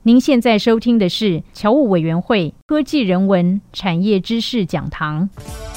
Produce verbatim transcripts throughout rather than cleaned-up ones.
您现在收听的是侨务委员会科技人文产业知识讲堂。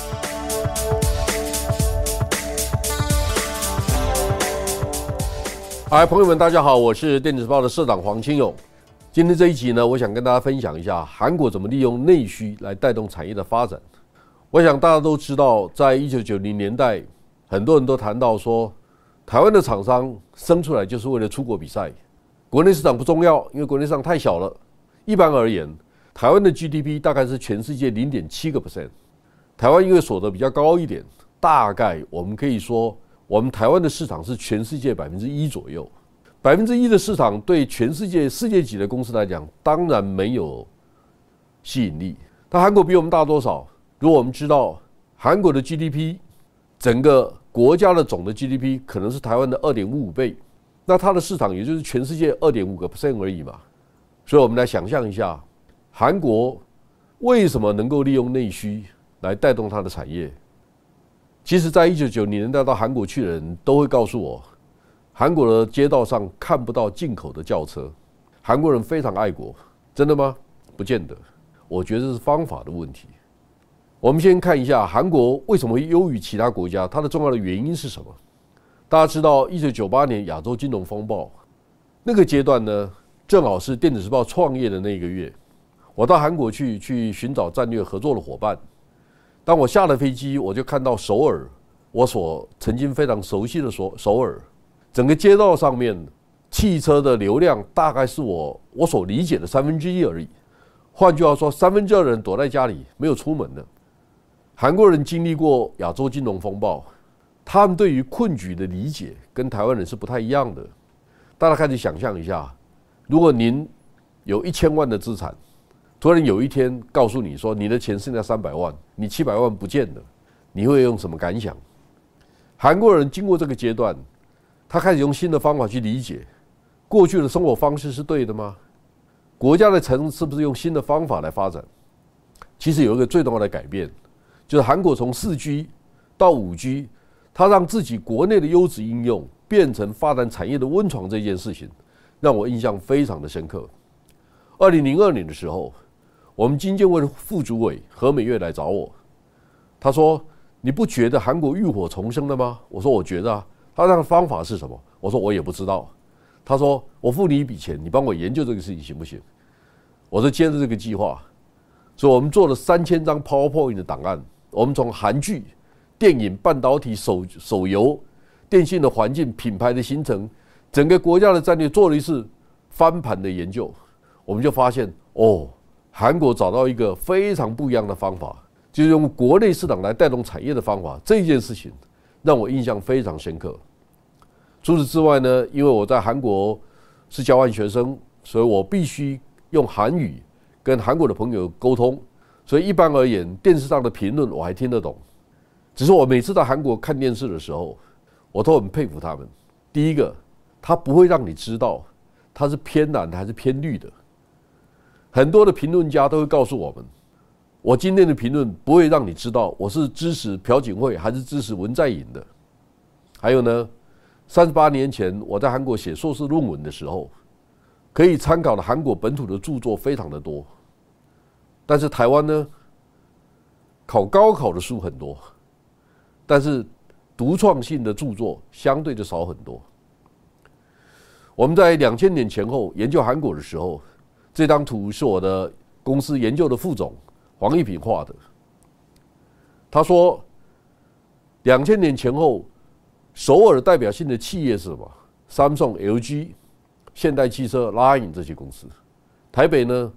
嗨，朋友们，大家好，我是电子报的社长黄清勇。今天这一集呢，我想跟大家分享一下韩国怎么利用内需来带动产业的发展。我想大家都知道，在一九九零年代，很多人都谈到说，台湾的厂商生出来就是为了出国比赛。国内市场不重要，因为国内市场太小了。一般而言，台湾的 G D P 大概是全世界 零点七个 percent。台湾因为所得比较高一点，大概我们可以说，我们台湾的市场是全世界百分之一左右。百分之一的市场对全世界世界级的公司来讲，当然没有吸引力。但韩国比我们大多少？如果我们知道韩国的 G D P， 整个国家的总的 G D P 可能是台湾的 二点五五倍。那它的市场也就是全世界 二点五个 percent 而已嘛，所以我们来想象一下，韩国为什么能够利用内需来带动它的产业？其实，在一九九零年代到韩国去的人都会告诉我，韩国的街道上看不到进口的轿车，韩国人非常爱国，真的吗？不见得，我觉得这是方法的问题。我们先看一下韩国为什么会优于其他国家，它的重要的原因是什么？大家知道，一九九八年亚洲金融风暴那个阶段呢，正好是电子时报创业的那个月。我到韩国去去寻找战略合作的伙伴。当我下了飞机，我就看到首尔，我所曾经非常熟悉的首首尔，整个街道上面汽车的流量大概是我我所理解的三分之一而已。换句话说，三分之二的人躲在家里没有出门的。韩国人经历过亚洲金融风暴。他们对于困局的理解跟台湾人是不太一样的。大家开始想象一下，如果您有一千万的资产，突然有一天告诉你说你的钱剩下三百万，你七百万不见了，你会用什么感想？韩国人经过这个阶段，他开始用新的方法去理解，过去的生活方式是对的吗？国家的城是不是用新的方法来发展？其实有一个最重要的改变，就是韩国从四 G 到五 G。他让自己国内的优质应用变成发展产业的温床，这件事情让我印象非常的深刻。二零零二年的时候，我们经建会的副主委何美月来找我，他说：“你不觉得韩国浴火重生了吗？”我说：“我觉得啊。”他那个方法是什么？我说：“我也不知道。”他说：“我付你一笔钱，你帮我研究这个事情行不行？”我说：“接着这个计划。”所以我们做了三千张 PowerPoint 的档案，我们从韩剧。电影、半导体、手手游、电信的环境、品牌的形成，整个国家的战略做了一次翻盘的研究，我们就发现，哦，韩国找到一个非常不一样的方法，就是用国内市场来带动产业的方法。这件事情让我印象非常深刻。除此之外呢，因为我在韩国是交换学生，所以我必须用韩语跟韩国的朋友沟通，所以一般而言，电视上的评论我还听得懂。只是我每次到韩国看电视的时候，我都很佩服他们。第一个，他不会让你知道他是偏蓝还是偏绿的。很多的评论家都会告诉我们，我今天的评论不会让你知道我是支持朴槿惠还是支持文在寅的。还有呢，三十八年前我在韩国写硕士论文的时候，可以参考的韩国本土的著作非常的多，但是台湾呢，考高考的书很多。但是独创性的著作相对就少很多。我们在两千年前后研究韩国的时候，这张图是我的公司研究的副总黄一平画的。他说，两千年前后，首尔代表性的企业是什么 ？Samsung、L G、现代汽车、Line 这些公司。台北呢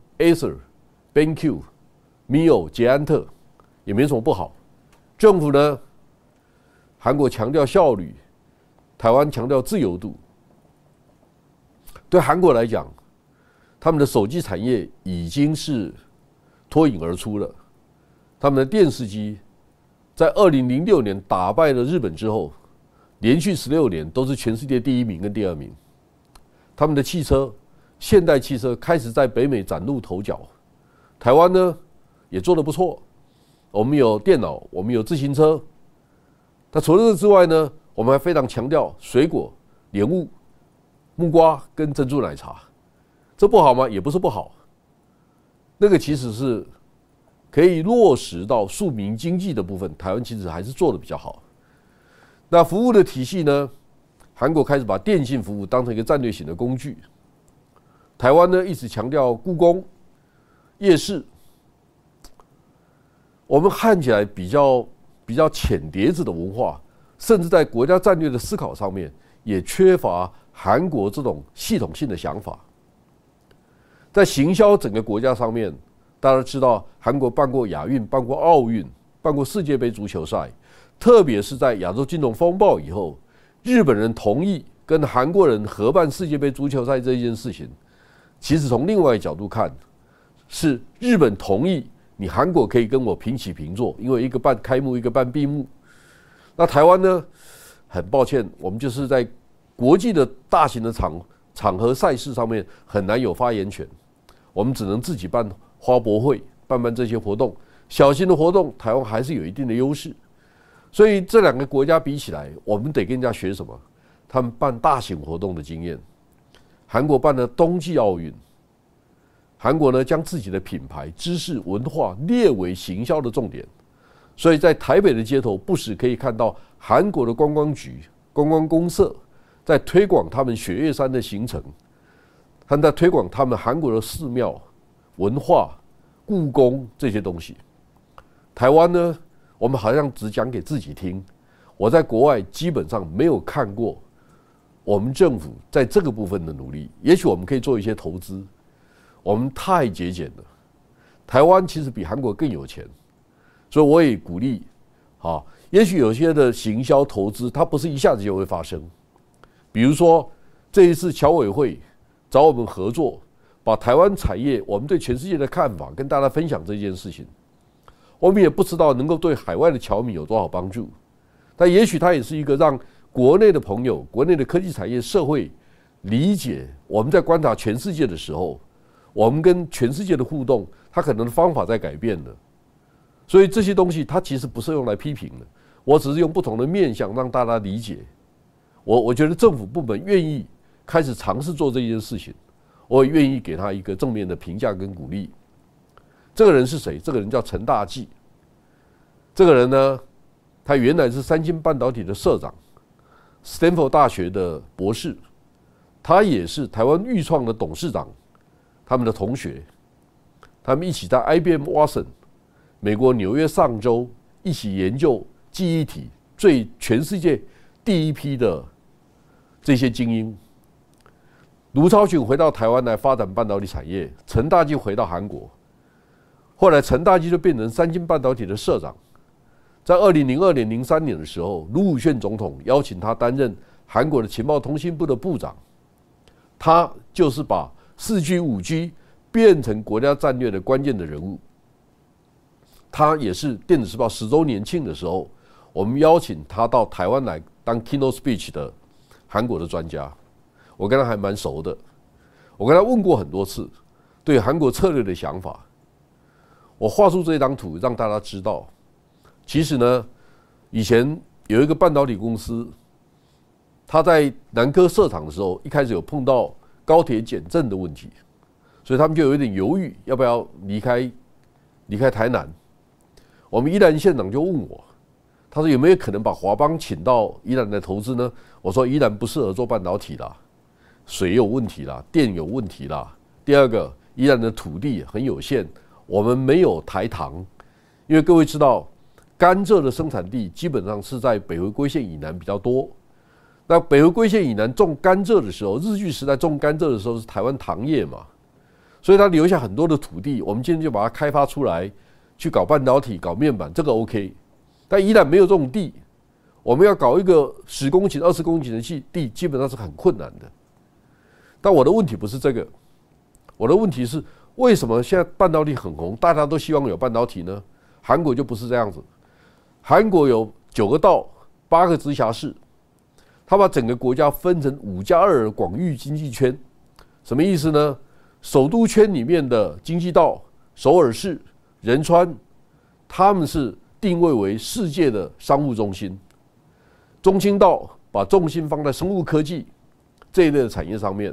，Acer、BenQ、Mio、捷安特也没什么不好。政府呢？韩国强调效率，台湾强调自由度。对韩国来讲，他们的手机产业已经是脱颖而出了。他们的电视机在二零零六年打败了日本之后，连续十六年都是全世界第一名跟第二名。他们的汽车，现代汽车开始在北美崭露头角。台湾呢也做得不错，我们有电脑，我们有自行车。那除了这之外呢，我们还非常强调水果、莲雾、木瓜跟珍珠奶茶。 这不好吗？也不是不好。那个其实是可以落实到庶民经济的部分，台湾其实还是做的比较好。那服务的体系呢？韩国开始把电信服务当成一个战略型的工具。台湾呢一直强调故宫、夜市，我们看起来比较比较浅碟子的文化，甚至在国家战略的思考上面也缺乏韩国这种系统性的想法。在行销整个国家上面，大家知道韩国办过亚运、办过奥运、办过世界杯足球赛，特别是在亚洲金融风暴以后。日本人同意跟韩国人合办世界杯足球赛这一件事情，其实从另外一个角度看，是日本同意你韩国可以跟我平起平坐，因为一个办开幕，一个办闭幕。那台湾呢？很抱歉，我们就是在国际的大型的场场合赛事上面很难有发言权，我们只能自己办花博会，办办这些活动，小型的活动，台湾还是有一定的优势。所以这两个国家比起来，我们得跟人家学什么？他们办大型活动的经验。韩国办了冬季奥运，韩国呢将自己的品牌、知识、文化列为行销的重点。所以在台北的街头，不时可以看到韩国的观光局、观光公社在推广他们雪岳山的行程，他们在推广他们韩国的寺庙、文化、故宫这些东西。台湾呢？我们好像只讲给自己听，我在国外基本上没有看过我们政府在这个部分的努力。也许我们可以做一些投资，我们太节俭了。台湾其实比韩国更有钱，所以我也鼓励，啊，也许有些的行销投资它不是一下子就会发生。比如说这一次侨委会找我们合作，把台湾产业我们对全世界的看法跟大家分享这件事情。我们也不知道能够对海外的侨民有多少帮助，但也许它也是一个让国内的朋友、国内的科技产业社会理解我们在观察全世界的时候，我们跟全世界的互动，它可能的方法在改变的。所以这些东西它其实不是用来批评的，我只是用不同的面向让大家理解。我我觉得政府部门愿意开始尝试做这件事情，我也愿意给他一个正面的评价跟鼓励。这个人是谁？这个人叫陈大纪。这个人呢，他原来是三星半导体的社长，斯坦福大学的博士，他也是台湾裕创的董事长，他们的同学，他们一起在 I B M Watson 美国纽约上州一起研究记忆体，最全世界第一批的这些精英。卢超群回到台湾来发展半导体产业，陈大纪回到韩国。后来陈大纪就变成三星半导体的社长，在二零零二年、零三年的时候，卢武铉总统邀请他担任韩国的情报通信部的部长，他就是把四 G、五 G 变成国家战略的关键的人物。他也是电子时报十周年庆的时候，我们邀请他到台湾来当 keynote speech 的韩国的专家，我跟他还蛮熟的，我跟他问过很多次对韩国策略的想法。我画出这张图让大家知道，其实呢，以前有一个半导体公司，他在南科设厂的时候，一开始有碰到高铁减震的问题，所以他们就有一点犹豫，要不要离开离开台南。我们宜兰县长就问我，他说有没有可能把华邦请到宜兰来投资呢？我说宜兰不适合做半导体啦，水有问题啦，电有问题啦。第二个，宜兰的土地很有限。我们没有台糖，因为各位知道，甘蔗的生产地基本上是在北回归线以南比较多。那北回归线以南种甘蔗的时候，日据时代种甘蔗的时候是台湾糖业嘛，所以它留下很多的土地，我们今天就把它开发出来，去搞半导体、搞面板，这个 OK。但宜兰没有这种地，我们要搞一个十公顷、二十公顷的地，基本上是很困难的。但我的问题不是这个，我的问题是，为什么现在半导体很红，大家都希望有半导体呢？韩国就不是这样子。韩国有九个道、八个直辖市，他把整个国家分成五加二的广域经济圈。什么意思呢？首都圈里面的经济道，首尔市、仁川，他们是定位为世界的商务中心。中清道把重心放在生物科技这一类的产业上面。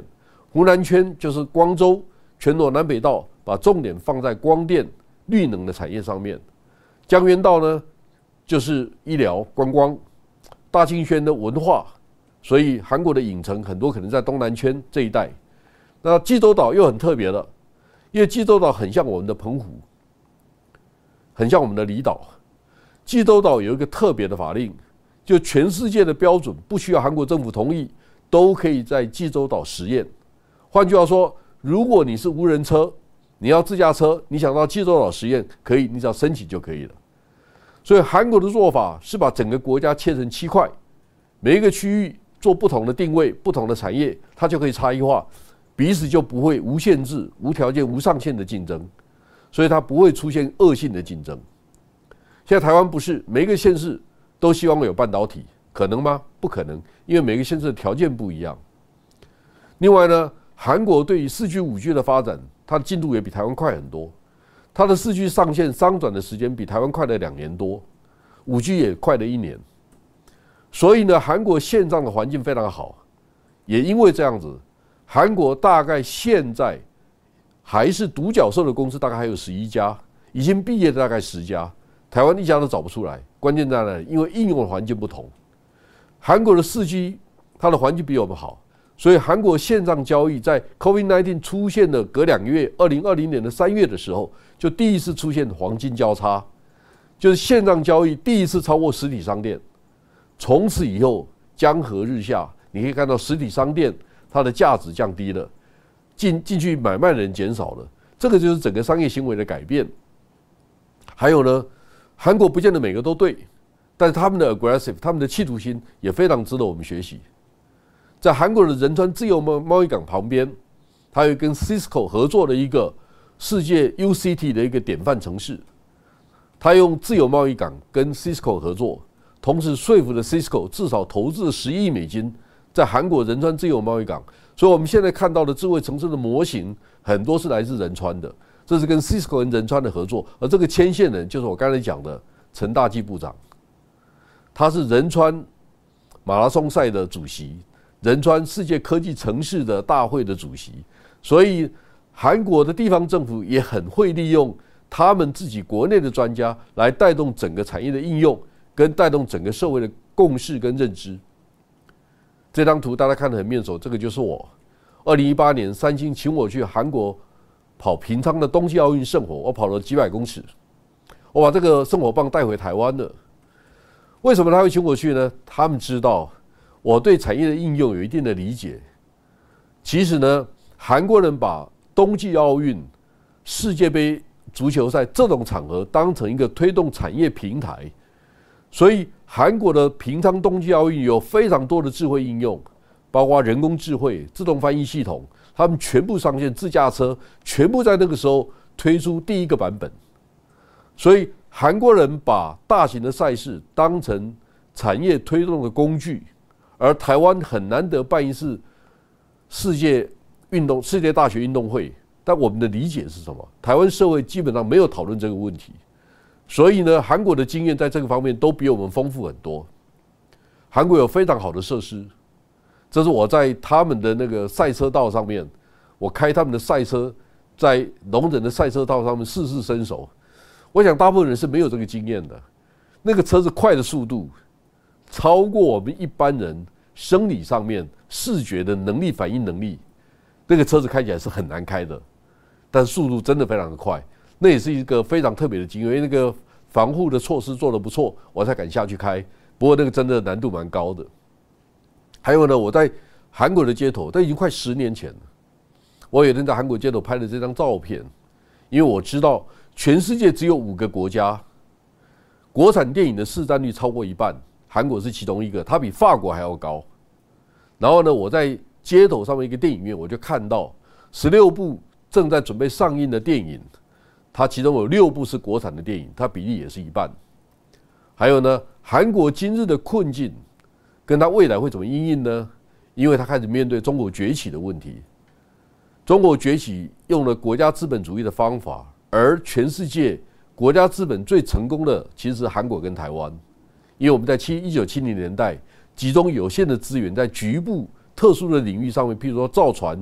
湖南圈就是光州全罗南北道，把重点放在光电、绿能的产业上面。江原道呢，就是医疗、观光。大庆圈的文化，所以韩国的影城很多可能在东南圈这一带。那济州岛又很特别了，因为济州岛很像我们的澎湖，很像我们的离岛。济州岛有一个特别的法令，就全世界的标准不需要韩国政府同意，都可以在济州岛实验。换句话说，如果你是无人车，你要自驾车，你想到济州岛实验，可以，你只要申请就可以了。所以韩国的做法是把整个国家切成七块，每一个区域做不同的定位、不同的产业，它就可以差异化，彼此就不会无限制、无条件、无上限的竞争，所以它不会出现恶性的竞争。现在台湾不是每一个县市都希望有半导体，可能吗？不可能，因为每个县市的条件不一样。另外呢，韩国对于四 G、五 G 的发展，它的进度也比台湾快很多。它的四 G 上线商转的时间比台湾快了两年多，五 G 也快了一年，所以呢，韩国线上的环境非常好。也因为这样子，韩国大概现在还是独角兽的公司，大概还有十一家，已经毕业的大概十家，台湾一家都找不出来。关键在哪里？因为应用的环境不同。韩国的四 G 它的环境比我们好。所以韩国线上交易在 COVID 十九 出现的隔两个月，二零二零年的三月的时候，就第一次出现黄金交叉，就是线上交易第一次超过实体商店。从此以后江河日下，你可以看到实体商店它的价值降低了，进进去买卖的人减少了，这个就是整个商业行为的改变。还有呢，韩国不见得每个都对，但是他们的 aggressive， 他们的企图心也非常值得我们学习。在韩国的仁川自由贸易港旁边，它有跟 Cisco 合作的一个世界 U C T 的一个典范城市。它用自由贸易港跟 Cisco 合作，同时说服了 Cisco 至少投资十亿美金在韩国仁川自由贸易港。所以我们现在看到的智慧城市的模型，很多是来自仁川的，这是跟 Cisco 跟仁川的合作。而这个牵线人就是我刚才讲的陈大基部长，他是仁川马拉松赛的主席。仁川世界科技城市的大会的主席，所以韩国的地方政府也很会利用他们自己国内的专家来带动整个产业的应用，跟带动整个社会的共识跟认知。这张图大家看得很面熟，这个就是我。二零一八年，三星请我去韩国跑平昌的冬季奥运圣火，我跑了几百公尺，我把这个圣火棒带回台湾了。为什么他会请我去呢？他们知道我对产业的应用有一定的理解。其实呢，韩国人把冬季奥运、世界杯足球赛这种场合当成一个推动产业平台，所以韩国的平昌冬季奥运有非常多的智慧应用，包括人工智慧、自动翻译系统，他们全部上线自驾车，全部在那个时候推出第一个版本。所以韩国人把大型的赛事当成产业推动的工具。而台湾很难得办一次世界运动、世界大学运动会，但我们的理解是什么？台湾社会基本上没有讨论这个问题，所以呢，韩国的经验在这个方面都比我们丰富很多。韩国有非常好的设施，这是我在他们的那个赛车道上面，我开他们的赛车，在龙人的赛车道上面事事身熟。我想大部分人是没有这个经验的，那个车子快的速度超过我们一般人生理上面视觉的能力、反应能力，那个车子开起来是很难开的，但速度真的非常的快。那也是一个非常特别的经验，因为那个防护的措施做得不错，我才敢下去开。不过那个真的难度蛮高的。还有呢，我在韩国的街头，都已经快十年前了，我有人在韩国街头拍了这张照片，因为我知道全世界只有五个国家国产电影的市占率超过一半。韩国是其中一个，它比法国还要高。然后呢，我在街头上面一个电影院，我就看到十六部正在准备上映的电影，它其中有六部是国产的电影，它比例也是一半。还有呢，韩国今日的困境，跟它未来会怎么因应呢？因为它开始面对中国崛起的问题。中国崛起用了国家资本主义的方法，而全世界国家资本最成功的其实是韩国跟台湾。因为我们在一九七零年代集中有限的资源在局部特殊的领域上面，譬如说造船、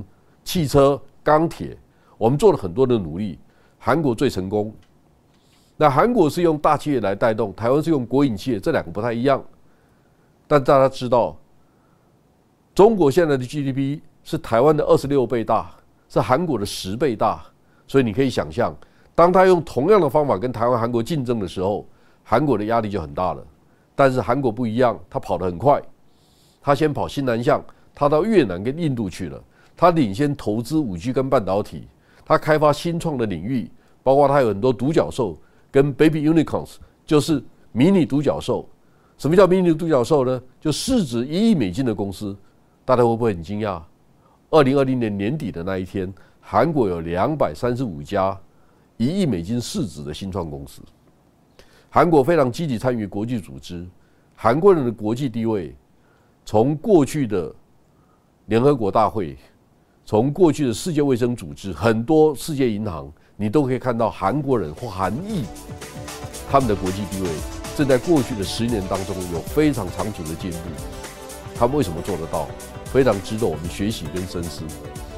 汽车、钢铁，我们做了很多的努力，韩国最成功。那韩国是用大企业来带动，台湾是用国营企业，这两个不太一样。但大家知道，中国现在的 G D P 是台湾的二十六倍大，是韩国的十倍大，所以你可以想象，当他用同样的方法跟台湾、韩国竞争的时候，韩国的压力就很大了。但是韩国不一样，他跑得很快，他先跑新南向，他到越南跟印度去了，他领先投资 五 G 跟半导体，他开发新创的领域，包括他有很多独角兽跟 baby unicorns， 就是迷你独角兽。什么叫迷你独角兽呢？就市值一亿美金的公司，大家会不会很惊讶？二零二零年年底的那一天，韩国有两百三十五家一亿美金市值的新创公司。韩国非常积极参与国际组织，韩国人的国际地位，从过去的联合国大会，从过去的世界卫生组织，很多世界银行，你都可以看到韩国人或韩裔他们的国际地位正在过去的十年当中有非常长足的进步。他们为什么做得到？非常值得我们学习跟深思。